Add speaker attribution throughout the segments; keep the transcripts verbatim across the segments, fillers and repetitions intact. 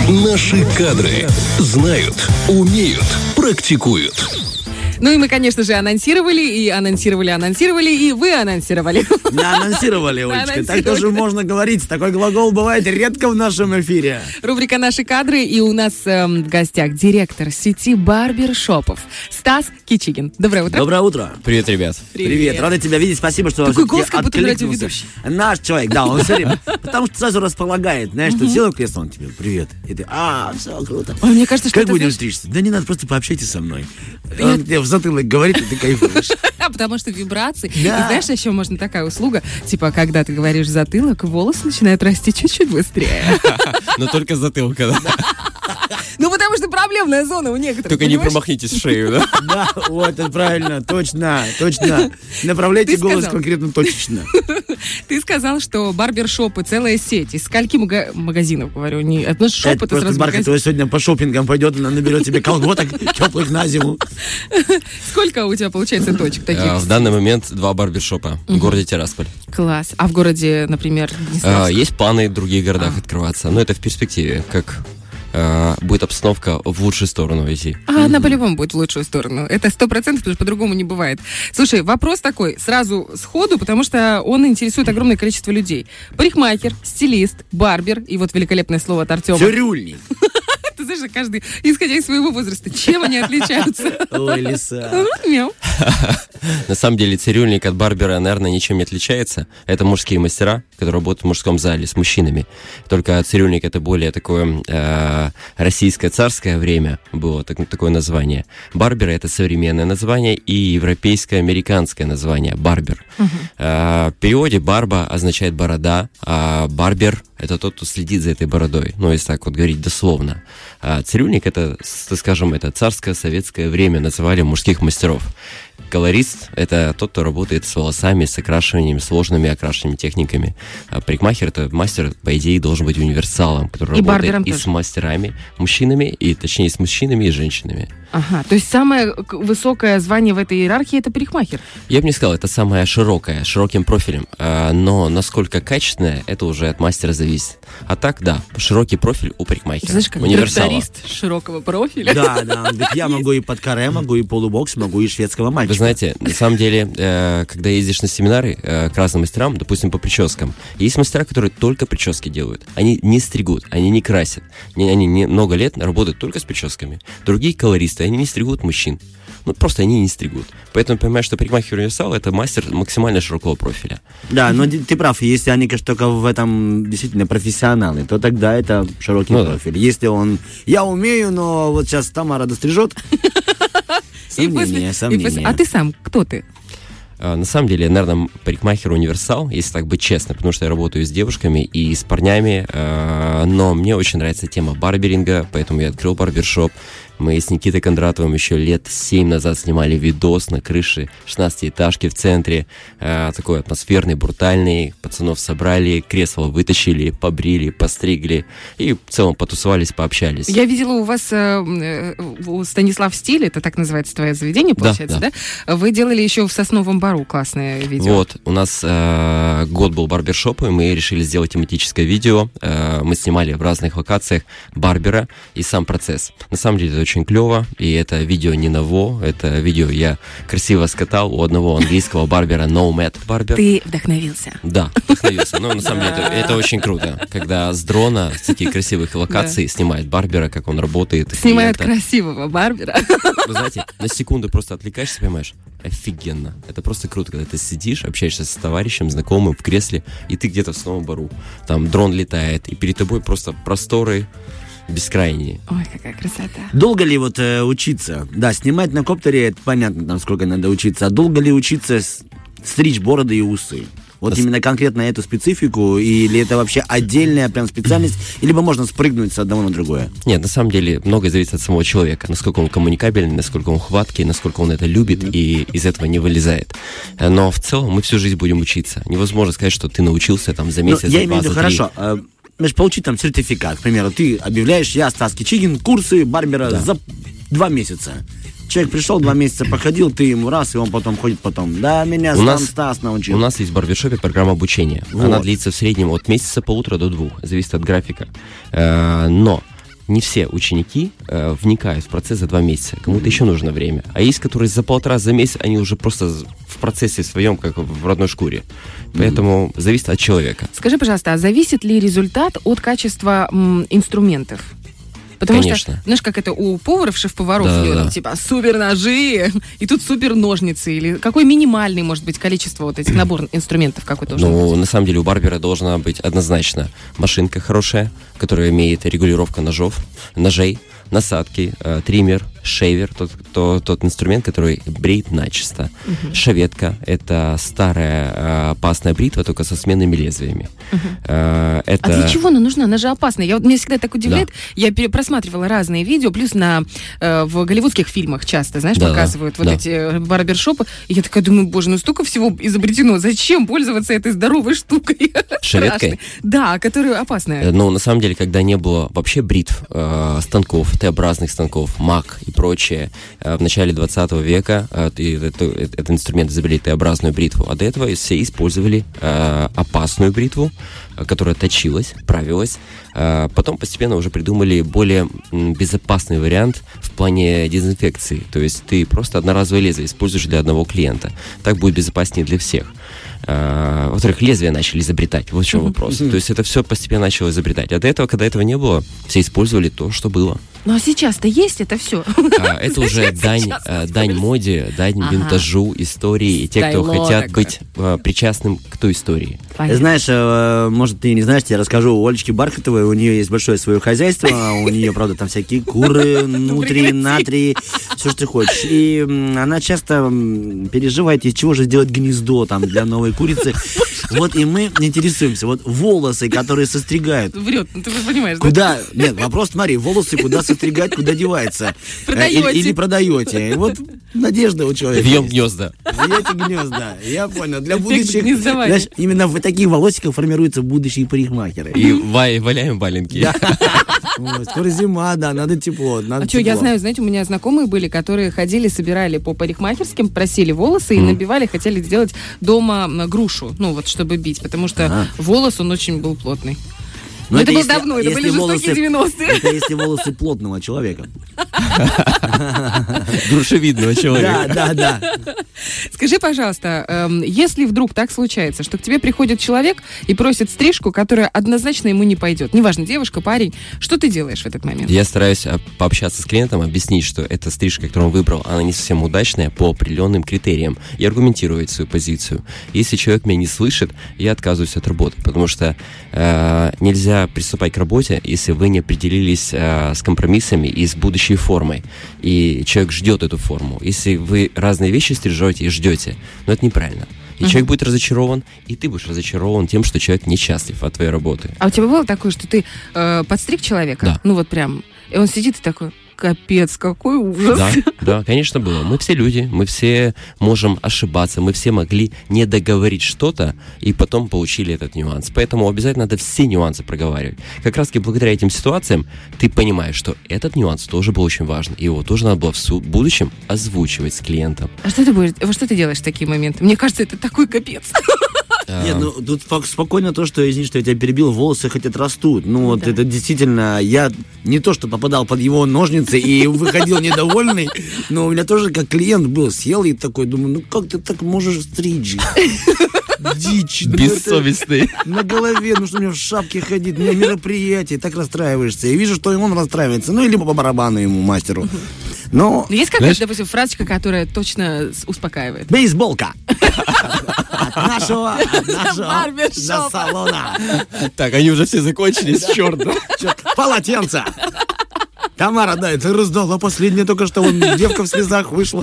Speaker 1: Наши кадры знают, умеют, практикуют.
Speaker 2: Ну и мы, конечно же, анонсировали, и анонсировали, анонсировали, и вы анонсировали.
Speaker 3: Не анонсировали, Олечка. Так тоже можно говорить. Такой глагол бывает редко в нашем эфире.
Speaker 2: Рубрика «Наши кадры», и у нас э, в гостях директор сети барбершопов Стас Кичигин. Доброе утро.
Speaker 3: Доброе утро.
Speaker 4: Привет, ребят.
Speaker 3: Привет. Привет. Рада тебя видеть. Спасибо, что
Speaker 2: Такой голос, как будто
Speaker 3: откликнулся.
Speaker 2: радиоведущий.
Speaker 3: Наш человек, да, он все время. Потому что сразу располагает. Знаешь, что сел в кресло, он тебе привет. И ты, а, все, круто.
Speaker 2: Ой, мне кажется, что
Speaker 3: как
Speaker 2: это,
Speaker 3: будем
Speaker 2: знаешь...
Speaker 3: стричься? Да не надо, просто пообщайтесь со мной.
Speaker 2: Я...
Speaker 3: Он тебе в затылок говорит, и ты кайфуешь.
Speaker 2: А, потому что вибрации.
Speaker 3: Да.
Speaker 2: И знаешь, еще можно такая услуга, типа, когда ты говоришь затылок, волосы начинают расти чуть-чуть быстрее.
Speaker 4: Но только затылка, да?
Speaker 2: Ну, потому что проблемная зона у некоторых.
Speaker 4: Только не промахнитесь в шею, да?
Speaker 3: Да, вот, это правильно, точно, точно. Направляйте голос конкретно точечно.
Speaker 2: Ты сказал, что барбершопы целая сеть. Из скольки мага- магазинов, говорю? Не одно шоп, это, это сразу магазин.
Speaker 3: Бархатова сегодня по шопингам пойдет, она наберет себе колготок теплых на зиму.
Speaker 2: Сколько у тебя получается точек таких?
Speaker 4: В данный момент два барбершопа в городе Тирасполь.
Speaker 2: Класс. А в городе, например, Днестровск?
Speaker 4: Есть планы в других городах открываться, но это в перспективе, как будет обстановка в лучшую сторону идти.
Speaker 2: А она по-любому будет в лучшую сторону. Это сто процентов, потому что по-другому не бывает. Слушай, вопрос такой, сразу сходу, потому что он интересует огромное количество людей. Парикмахер, стилист, барбер, и вот великолепное слово от Артема.
Speaker 3: Цирюльник.
Speaker 2: Ты знаешь, каждый, исходя из своего возраста, чем они отличаются?
Speaker 3: Ой, лиса.
Speaker 2: Мяу.
Speaker 4: На самом деле цирюльник от барбера, наверное, ничем не отличается. Это мужские мастера, которые работают в мужском зале с мужчинами. Только цирюльник — это более такое э, российское царское время было так, такое название. Барбер — это современное название и европейское американское название барбер. Uh-huh. Э, в переводе барба означает борода, а барбер — это тот, кто следит за этой бородой. Ну, если так вот говорить дословно. А цирюльник — это, скажем, это царское советское время, называли мужских мастеров. Колорист — это тот, кто работает с волосами, с окрашиванием, сложными окрашивающими техниками. А парикмахер — это мастер, по идее, должен быть универсалом, который
Speaker 2: и
Speaker 4: работает и
Speaker 2: тоже.
Speaker 4: с мастерами, мужчинами, и точнее с мужчинами и женщинами.
Speaker 2: Ага, то есть самое высокое звание в этой иерархии — это парикмахер?
Speaker 4: Я бы не сказал, это самое широкое, широким профилем. Но насколько качественное, это уже от мастера зависит. А так, да, широкий профиль у парикмахера.
Speaker 2: Знаешь, как тракторист широкого профиля.
Speaker 3: Да, да, я могу и под каре, могу и полубокс, могу и шведского мальчика.
Speaker 4: Вы знаете, на самом деле, э, когда ездишь на семинары э, к разным мастерам, допустим, по прическам, есть мастера, которые только прически делают. Они не стригут, они не красят. Они, они не, много лет работают только с прическами. Другие колористы, они не стригут мужчин. Ну, просто они не стригут. Поэтому понимаешь, что парикмахер универсал — это мастер максимально широкого профиля.
Speaker 3: Да, но ты прав, если они, конечно, только в этом действительно профессионалы, то тогда это широкий ну, профиль. Да. Если он, я умею, но вот сейчас Тамара дострижет, сомнения, сомнения.
Speaker 2: А ты сам, кто ты?
Speaker 4: На самом деле, наверное, парикмахер универсал, если так быть честным, потому что я работаю с девушками и с парнями, но мне очень нравится тема барберинга, поэтому я открыл барбершоп. Мы с Никитой Кондратовым еще лет семь назад снимали видос на крыше шестнадцатиэтажки в центре. Э, такой атмосферный, брутальный. Пацанов собрали, кресло вытащили, побрили, постригли. И в целом потусовались, пообщались.
Speaker 2: Я видела у вас э, у Станислав Стиль, это так называется твое заведение, получается, да? да? Вы делали еще в Сосновом Бору классное видео.
Speaker 4: Вот, у нас э, год был барбершоп, и мы решили сделать тематическое видео. Э, мы снимали в разных локациях барбера и сам процесс. На самом деле это очень клево, и это видео не ново, это видео я красиво скатал у одного английского барбера, Nomad барбер.
Speaker 2: Ты вдохновился?
Speaker 4: Да, вдохновился, но на самом деле это, это очень круто, когда с дрона, с таких красивых локаций да. снимает барбера, как он работает.
Speaker 2: Снимает красивого барбера.
Speaker 4: Вы знаете, на секунду просто отвлекаешься, понимаешь, офигенно. Это просто круто, когда ты сидишь, общаешься с товарищем, знакомым в кресле, и ты где-то в Сосновом Бору. Там дрон летает, и перед тобой просто просторы бескрайние.
Speaker 2: Ой, какая красота.
Speaker 3: Долго ли вот э, учиться? Да, снимать на коптере, это понятно, там сколько надо учиться. А долго ли учиться с... стричь бороды и усы? Вот да. Именно конкретно эту специфику, или это вообще отдельная прям специальность, либо можно спрыгнуть с одного на другое?
Speaker 4: Нет, на самом деле многое зависит от самого человека, насколько он коммуникабельный, насколько он хваткий, насколько он это любит mm-hmm. и из этого не вылезает. Но в целом мы всю жизнь будем учиться. Невозможно сказать, что ты научился там за месяц,
Speaker 3: Но
Speaker 4: за
Speaker 3: я
Speaker 4: два,
Speaker 3: имею в виду,
Speaker 4: за три.
Speaker 3: Хорошо, значит, получить там сертификат, к примеру, ты объявляешь, я Стас Кичигин, курсы барбера да. за два месяца. Человек пришел, два месяца походил, ты ему раз, и он потом ходит потом. Да, меня сам нас, Стас научил.
Speaker 4: У нас есть в барбершопе программа обучения. Вот. Она длится в среднем от месяца полутора до двух, зависит от графика. Э, но не все ученики э, вникают в процесс за два месяца. Кому-то еще нужно время. А есть, которые за полтора, за месяц, они уже просто в процессе своем, как в родной шкуре. Поэтому mm. зависит от человека.
Speaker 2: Скажи, пожалуйста, а зависит ли результат от качества м, инструментов? Потому
Speaker 4: Конечно.
Speaker 2: что, знаешь, как это у поваров, шеф-поваров,
Speaker 4: Да,
Speaker 2: идет,
Speaker 4: да.
Speaker 2: типа супер ножи, и тут супер ножницы, или какое минимальное может быть количество вот этих набор инструментов, какой должен
Speaker 4: Ну,
Speaker 2: быть?
Speaker 4: на самом деле у барбера должна быть однозначно машинка хорошая, которая имеет регулировку ножов, ножей, насадки, э, триммер, шейвер, тот, то, тот инструмент, который бреет начисто. Uh-huh. Шаветка — это старая э, опасная бритва, только со сменными лезвиями.
Speaker 2: Uh-huh.
Speaker 4: Э, это...
Speaker 2: А для чего она нужна? Она же опасная. Я, вот, меня всегда так удивляет. Да. Я пере- просматривала разные видео, плюс на, э, в голливудских фильмах часто, знаешь, да, показывают да. вот да. эти барбершопы. И я такая думаю, боже, ну столько всего изобретено. Зачем пользоваться этой здоровой штукой?
Speaker 4: Шаветкой?
Speaker 2: Да, которая опасная.
Speaker 4: Ну, на самом деле, когда не было вообще бритв, э, станков, Т-образных станков, мак и прочее, э, в начале двадцатого века э, это, этот инструмент изобрели Т-образную бритву, а до этого все использовали э, опасную бритву, э, которая точилась, правилась. Э, потом постепенно уже придумали более м, безопасный вариант в плане дезинфекции. То есть ты просто одноразовое лезвие используешь для одного клиента. Так будет безопаснее для всех. Uh, во-вторых, лезвия начали изобретать. Вот в чем вопрос. То есть это все постепенно начало изобретать. А до этого, когда этого не было, все использовали то, что было.
Speaker 2: Ну а сейчас-то есть это все.
Speaker 4: Uh, это уже дань, uh, дань моде, дань ага. винтажу, истории. И те, кто Стайло хотят такое. быть uh, причастным к той истории.
Speaker 3: Понятно. Знаешь, э, может, ты не знаешь, я расскажу. У Олечки Бархатовой, у нее есть большое свое хозяйство. У нее, правда, там всякие куры, нутрии, натрии, все, что ты хочешь. И она часто переживает, из чего же сделать гнездо там для новой курицы. Вот и мы интересуемся. Вот волосы, которые состригают.
Speaker 2: Врет, ну ты понимаешь, да?
Speaker 3: Куда? Нет, вопрос, смотри, волосы куда состригать, куда девается.
Speaker 2: Продаете.
Speaker 3: Или, или продаете. Вот надежда у человека.
Speaker 4: Вьем гнезда.
Speaker 3: Вьете гнезда. Я понял. Для будущих, знаешь, именно в таких волосиках формируются будущие парикмахеры.
Speaker 4: И ва- валяем валенки.
Speaker 3: Да. Вот, скоро зима, да, надо тепло. Надо
Speaker 2: а что, я знаю, знаете, у меня знакомые были, которые ходили, собирали по парикмахерским, просили волосы и набивали, хотели сделать дома грушу, ну вот, чтобы бить, потому что а. волос, он очень был плотный. Но, Но это, это было если, давно, это были жестокие девяностые.
Speaker 3: Это если волосы плотного человека.
Speaker 4: Грушевидного человека.
Speaker 3: Да, да, да.
Speaker 2: Скажи, пожалуйста, если вдруг так случается, что к тебе приходит человек и просит стрижку, которая однозначно ему не пойдет, неважно, девушка, парень, что ты делаешь в этот момент?
Speaker 4: Я стараюсь пообщаться с клиентом, объяснить, что эта стрижка, которую он выбрал, она не совсем удачная по определенным критериям, и аргументировать свою позицию. Если человек меня не слышит, я отказываюсь от работы, потому что э, нельзя приступать к работе, если вы не определились э, с компромиссами и с будущей формой. И человек ждет эту форму. Если вы разные вещи стрижете и ждете, но это неправильно. И uh-huh. человек будет разочарован, и ты будешь разочарован тем, что человек несчастлив от твоей работы.
Speaker 2: А у тебя было такое, что ты э, подстриг человека?
Speaker 4: Да.
Speaker 2: Ну вот прям, и он сидит и такой... Капец, какой ужас.
Speaker 4: Да, да, конечно, было. Мы все люди, мы все можем ошибаться, мы все могли не договорить что-то, и потом получили этот нюанс. Поэтому обязательно надо все нюансы проговаривать. Как раз таки благодаря этим ситуациям ты понимаешь, что этот нюанс тоже был очень важен, и его тоже надо было в будущем озвучивать с клиентом.
Speaker 2: А что ты будешь, что ты делаешь в такие моменты? Мне кажется, это такой капец.
Speaker 3: Нет, ну тут спокойно то, что, извини, что я тебя перебил, волосы хоть отрастут. Ну вот да. Это действительно, я не то, что попадал под его ножницы и выходил недовольный, но у меня тоже как клиент был, съел и такой, думаю, ну как ты так можешь стричь? Дичь.
Speaker 4: Бессовестный.
Speaker 3: На голове, ну что мне в шапке ходить, на мероприятии, так расстраиваешься. Я вижу, что он расстраивается, ну или по барабану ему, мастеру. Но...
Speaker 2: Но есть какая-то, допустим, фразочка, которая точно успокаивает?
Speaker 3: Бейсболка! От нашего, от нашего до салона.
Speaker 4: Так, они уже все закончились, черт.
Speaker 3: Полотенце! Тамара, да, это раздала последнее, только что вон девка в слезах вышла.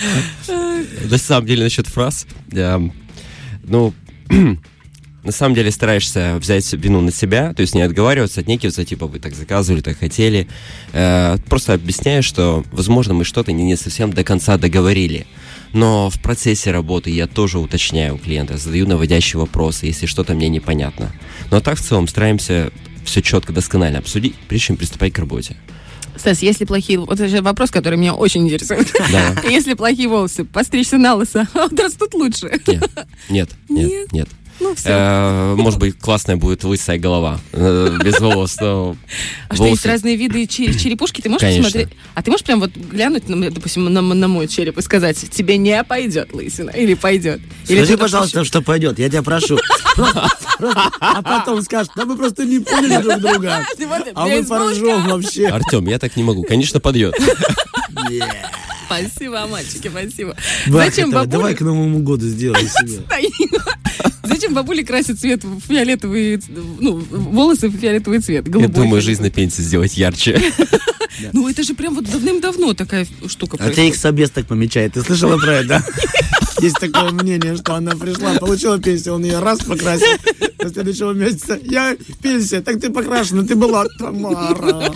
Speaker 4: На самом деле, насчет фраз, ну... На самом деле стараешься взять вину на себя, то есть не отговариваться, отнекиваться, типа вы так заказывали, так хотели. Э, просто объясняешь, что, возможно, мы что-то не, не совсем до конца договорили. Но в процессе работы я тоже уточняю у клиента, задаю наводящие вопросы, если что-то мне непонятно. Но так в целом стараемся все четко, досконально обсудить, прежде чем приступать к работе.
Speaker 2: Стас, если плохие... Вот это же вопрос, который меня очень интересует.
Speaker 4: Да.
Speaker 2: Если плохие волосы, постричься на лысо, отрастут лучше.
Speaker 4: Нет, нет, нет, нет.
Speaker 2: Ну, всё.
Speaker 4: Э, Может быть, классная будет лысая голова. э, Без волос. но
Speaker 2: А что, есть
Speaker 4: волосы-
Speaker 2: разные виды чер- черепушки? Ты можешь
Speaker 4: Конечно.
Speaker 2: посмотреть? А ты можешь прям вот глянуть, на, м- допустим, на, м- на мой череп и сказать, тебе не пойдет лысина или пойдет? Или
Speaker 3: Скажи,
Speaker 2: ты
Speaker 3: пожалуйста, что пойдет, я тебя прошу. Просто- просто- А потом скажешь, да мы просто не поняли друг друга.
Speaker 2: Вот,
Speaker 3: А мы
Speaker 2: бейсболка.
Speaker 3: поржем вообще.
Speaker 4: Артем, я так не могу. Конечно, подъет.
Speaker 3: Yeah.
Speaker 2: Спасибо, мальчики, спасибо.
Speaker 3: Бах,
Speaker 2: Зачем
Speaker 3: этого,
Speaker 2: бабуля...
Speaker 3: давай к Новому году сделай себе.
Speaker 2: Зачем бабули красят цвет в фиолетовый, ну, волосы в фиолетовый цвет?
Speaker 4: Я
Speaker 2: голубой
Speaker 4: думаю,
Speaker 2: фиолетовый.
Speaker 4: жизнь на пенсии сделать ярче.
Speaker 2: Ну, это же прям вот давным-давно такая штука
Speaker 3: А
Speaker 2: происходит.
Speaker 3: тебя их собес так помечает. Ты слышала про это? Есть такое мнение, что она пришла, получила пенсию, он ее раз покрасил. До следующего месяца. Я пенсия, так ты покрашена, ты была Тамара.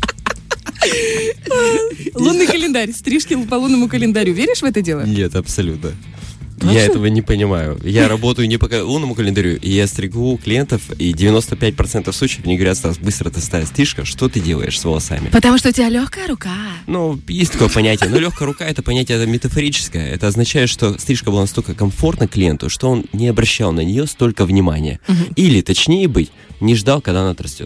Speaker 2: Лунный календарь, стрижки по лунному календарю. Веришь в это дело?
Speaker 4: Нет, абсолютно.
Speaker 2: А
Speaker 4: Я
Speaker 2: что?
Speaker 4: этого не понимаю. Я работаю не по ка- лунному календарю, и я стригу клиентов, и девяносто пять процентов случаев мне говорят, Стас, быстро ты ставишь стрижка, что ты делаешь с волосами?
Speaker 2: Потому что у тебя легкая рука.
Speaker 4: Ну, есть такое понятие, но легкая рука — это понятие метафорическое. Это означает, что стрижка была настолько комфортна клиенту, что он не обращал на нее столько внимания. Или, точнее быть, не ждал, когда она отрастет.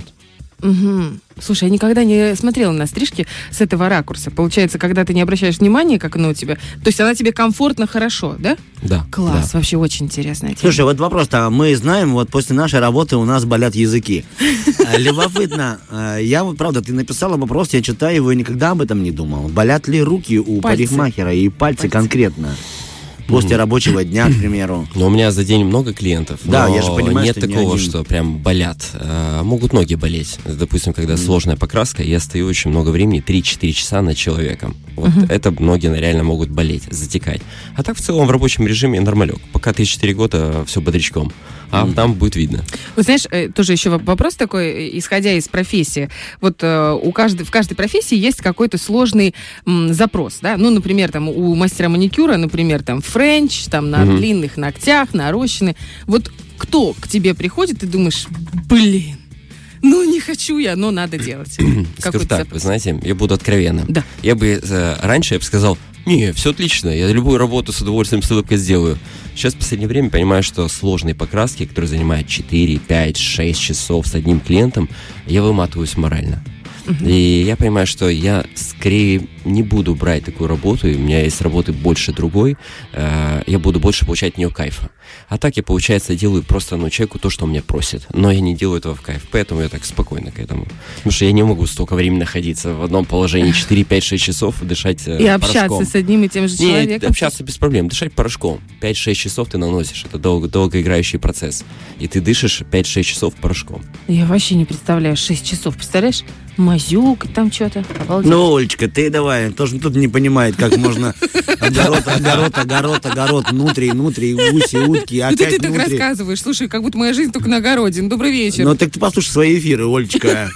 Speaker 2: Угу. Слушай, я никогда не смотрела на стрижки с этого ракурса. Получается, когда ты не обращаешь внимания, как она у тебя, то есть она тебе комфортно, хорошо, да?
Speaker 4: Да.
Speaker 2: Класс,
Speaker 4: да.
Speaker 2: вообще очень интересная тема.
Speaker 3: Слушай, вот вопрос-то, мы знаем, вот после нашей работы у нас болят языки. А, Любопытно, а, я вот, правда, ты написала вопрос, я читаю его и никогда об этом не думал. Болят ли руки у
Speaker 2: Пальцы.
Speaker 3: парикмахера и пальцы,
Speaker 2: Пальцы.
Speaker 3: конкретно? После рабочего дня, к примеру.
Speaker 4: Но у меня за день много клиентов,
Speaker 3: Да,
Speaker 4: но
Speaker 3: я же понимаю,
Speaker 4: нет
Speaker 3: что не
Speaker 4: такого,
Speaker 3: один.
Speaker 4: что прям болят. А, могут ноги болеть. Допустим, когда сложная покраска, я стою очень много времени, три-четыре часа над человеком. Вот это ноги реально могут болеть, затекать. А так в целом в рабочем режиме нормалек. Пока три-четыре года все бодрячком. А там будет видно.
Speaker 2: Вот знаешь, э, тоже еще воп- вопрос такой, э, исходя из профессии. Вот э, у каждой, в каждой профессии есть какой-то сложный м, запрос, да? Ну, например, там у мастера маникюра, например, там френч, там на
Speaker 4: Мгм.
Speaker 2: длинных ногтях, нарощенные. Вот кто к тебе приходит и думаешь, блин, ну не хочу я, но надо делать.
Speaker 4: Скажу
Speaker 2: Какой-то
Speaker 4: так,
Speaker 2: запрос.
Speaker 4: вы знаете, я буду откровенным.
Speaker 2: Да.
Speaker 4: Я бы э, раньше я бы сказал, не, все отлично, я любую работу с удовольствием, с улыбкой сделаю. Сейчас в последнее время понимаю, что сложные покраски, которые занимают четыре, пять, шесть часов с одним клиентом, я выматываюсь морально. И я понимаю, что я скорее не буду брать такую работу, и у меня есть работы больше другой, э, я буду больше получать от нее кайфа. А так я, получается, делаю просто ну, человеку то, что он меня просит, но я не делаю этого в кайф, поэтому я так спокойно к этому. Потому что я не могу столько времени находиться в одном положении четыре, пять, шесть часов и дышать э,
Speaker 2: И общаться
Speaker 4: порошком.
Speaker 2: с одним и тем же
Speaker 4: Не,
Speaker 2: человеком.
Speaker 4: общаться без проблем, дышать порошком. пять-шесть часов ты наносишь, это долго, долгоиграющий процесс. И ты дышишь пять-шесть часов порошком.
Speaker 2: Я вообще не представляю, шесть часов, представляешь? Мазюк, там что-то. Обалдеть.
Speaker 3: Ну, Олечка, ты давай, тоже тут не понимает, как можно огород, огород, огород, огород, внутри, внутри, гуси, утки,
Speaker 2: Ну, ты,
Speaker 3: опять
Speaker 2: ты так
Speaker 3: внутри.
Speaker 2: рассказываешь. Слушай, как будто моя жизнь только на огороде. Ну, добрый вечер.
Speaker 3: Ну, так ты послушай свои эфиры, Олечка.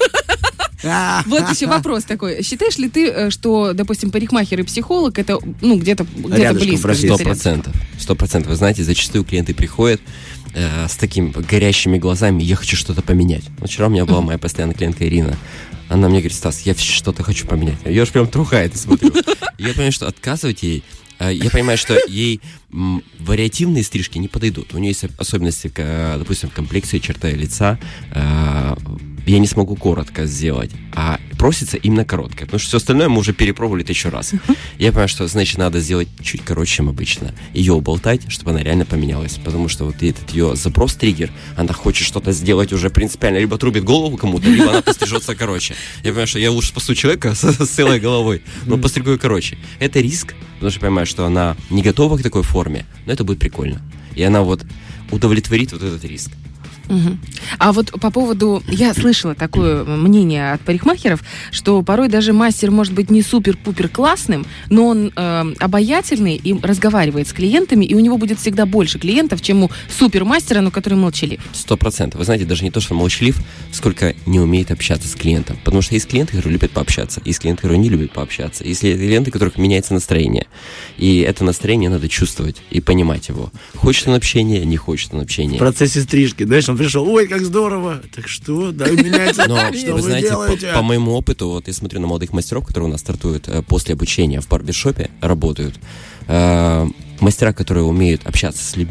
Speaker 3: А,
Speaker 2: Вот еще вопрос такой. Считаешь ли ты, э, что, допустим, парикмахер и психолог это, ну, где-то где
Speaker 3: Рядышком
Speaker 2: близко?
Speaker 3: профессия.
Speaker 2: где-то
Speaker 4: Сто
Speaker 2: рядом?
Speaker 4: процентов. Сто процентов. Вы знаете, зачастую клиенты приходят э, с такими горящими глазами, я хочу что-то поменять. Вчера у меня была моя постоянная клиентка Ирина. Она мне говорит, Стас, я что-то хочу поменять. Я аж прям трухает и смотрю. И я понимаю, что отказывать ей, э, я понимаю, что ей м, вариативные стрижки не подойдут. У нее есть особенности, к, допустим, в комплекции черты лица. Э, я не смогу коротко сделать, а просится именно короткое, потому что все остальное мы уже перепробовали тысячу раз. Я понимаю, что, значит, надо сделать чуть короче, чем обычно. Ее уболтать, чтобы она реально поменялась, потому что вот этот ее запрос-триггер, она хочет что-то сделать уже принципиально, либо трубит голову кому-то, либо она пострижется короче. Я понимаю, что я лучше спасу человека с, с целой головой, но постригу ее короче. Это риск, потому что я понимаю, что она не готова к такой форме, но это будет прикольно. И она вот удовлетворит вот этот риск.
Speaker 2: Мгм. А вот по поводу, я слышала такое мнение от парикмахеров, что порой даже мастер может быть не супер-пупер классным, но он э, обаятельный и разговаривает с клиентами, и у него будет всегда больше клиентов, чем у супермастера, но который молчалив.
Speaker 4: Сто процентов. Вы знаете, даже не то, что молчалив, сколько не умеет общаться с клиентом. Потому что есть клиенты, которые любят пообщаться, есть клиенты, которые не любят пообщаться, есть клиенты, у которых меняется настроение. И это настроение надо чувствовать и понимать его. Хочет он общения, не хочет он общения.
Speaker 3: в процессе стрижки, знаешь, он пришел, ой, как здорово. Так что, да, меняется.
Speaker 4: Но,
Speaker 3: Что
Speaker 4: вы
Speaker 3: вы
Speaker 4: знаете, по,
Speaker 3: делаете?
Speaker 4: по моему опыту, вот я смотрю на молодых мастеров, которые у нас стартуют э, после обучения в барбершопе, работают. Э, мастера, которые умеют общаться с людьми,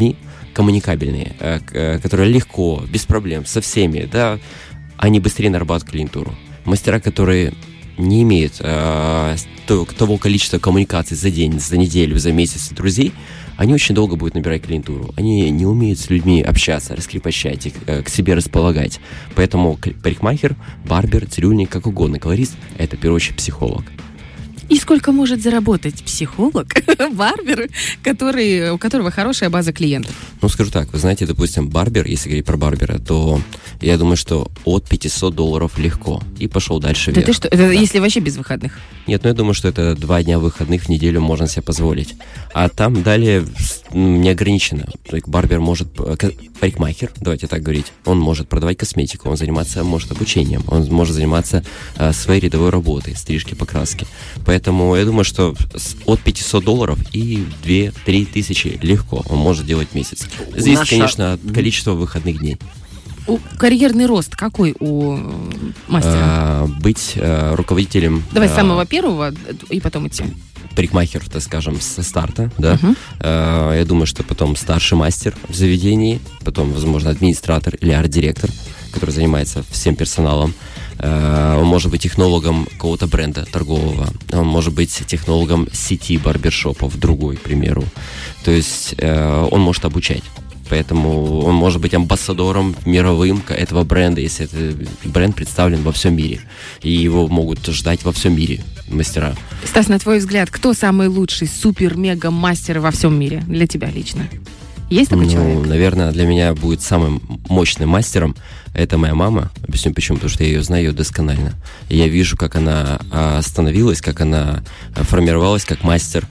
Speaker 4: коммуникабельные, э, э, которые легко, без проблем, со всеми, да, они быстрее нарабатывают клиентуру. Мастера, которые не имеют э, того количества коммуникаций за день, за неделю, за месяц друзей, они очень долго будут набирать клиентуру. Они не умеют с людьми общаться, раскрепощать их, э, к себе располагать. Поэтому парикмахер, барбер, цирюльник, как угодно, колорист – это, в первую очередь, психолог.
Speaker 2: И сколько может заработать психолог, барбер, который, у которого хорошая база клиентов?
Speaker 4: Ну, скажу так, вы знаете, допустим, барбер, если говорить про барбера, то я думаю, что от пятисот долларов легко. И пошел дальше вверх.
Speaker 2: Это что? Это да. Если вообще без выходных?
Speaker 4: Нет, ну я думаю, что это два дня выходных в неделю можно себе позволить. А там далее не ограничено. Барбер может, парикмахер, давайте так говорить, он может продавать косметику, он заниматься может обучением, он может заниматься а, своей рядовой работой, стрижки, покраски. Поэтому я думаю, что от пятисот долларов и две-три тысячи легко он может делать в месяц. Здесь, Наша... конечно, от количества выходных дней.
Speaker 2: У, карьерный рост какой у мастера?
Speaker 4: А, быть а, руководителем...
Speaker 2: Давай с
Speaker 4: а,
Speaker 2: самого первого и потом идти.
Speaker 4: Парикмахер, так скажем, со старта, да.
Speaker 2: Uh-huh.
Speaker 4: А, я думаю, что потом старший мастер в заведении, потом, возможно, администратор или арт-директор, который занимается всем персоналом. Он может быть технологом какого-то бренда торгового, он может быть технологом сети барбершопов, другой, к примеру. То есть он может обучать. Поэтому он может быть амбассадором мировым этого бренда, если этот бренд представлен во всем мире. И его могут ждать во всем мире мастера.
Speaker 2: Стас, на твой взгляд, кто самый лучший супер-мега-мастер во всем мире? Для тебя лично. Есть такой
Speaker 4: ну,
Speaker 2: человек?
Speaker 4: Наверное, для меня будет самым мощным мастером это моя мама. Объясню почему. Потому что я ее знаю досконально. И я вижу, как она а, становилась, как она а, формировалась как мастер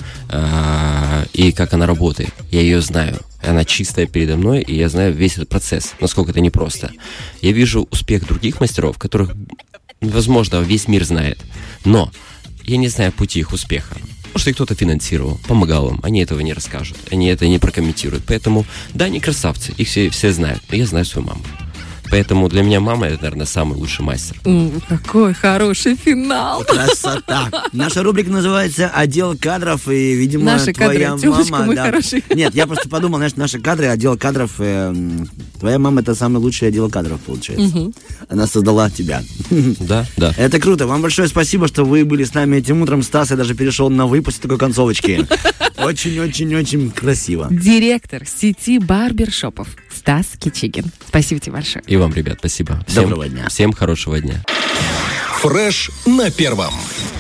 Speaker 4: а, и как она работает. Я ее знаю. Она чистая передо мной, и я знаю весь этот процесс, насколько это непросто. Я вижу успех других мастеров, которых, возможно, весь мир знает. Но я не знаю пути их успеха. Потому что их кто-то финансировал, помогал им. Они этого не расскажут, они это не прокомментируют. Поэтому, да, они красавцы, их все, все знают. Но я знаю свою маму. Поэтому для меня мама, это, наверное, самый лучший мастер.
Speaker 2: Mm, какой хороший финал.
Speaker 3: Красота. Наша рубрика называется «Отдел кадров», и, видимо,
Speaker 2: наши
Speaker 3: твоя
Speaker 2: кадры.
Speaker 3: мама...
Speaker 2: Тёмочка,
Speaker 3: да.
Speaker 2: Хороший.
Speaker 3: Нет, я просто подумал, знаешь, наши кадры, отдел кадров, э, твоя мама — это самый лучший отдел кадров, получается. Угу. Она создала тебя.
Speaker 4: Да, да.
Speaker 3: Это круто. Вам большое спасибо, что вы были с нами этим утром. Стас, я даже перешел на «вы» после такой концовочки. Очень-очень-очень красиво.
Speaker 2: Директор сети барбершопов Стас Кичигин. Спасибо тебе большое.
Speaker 4: И вам, ребят, спасибо. Всем,
Speaker 3: доброго дня.
Speaker 4: Всем хорошего дня.
Speaker 1: Фреш на первом.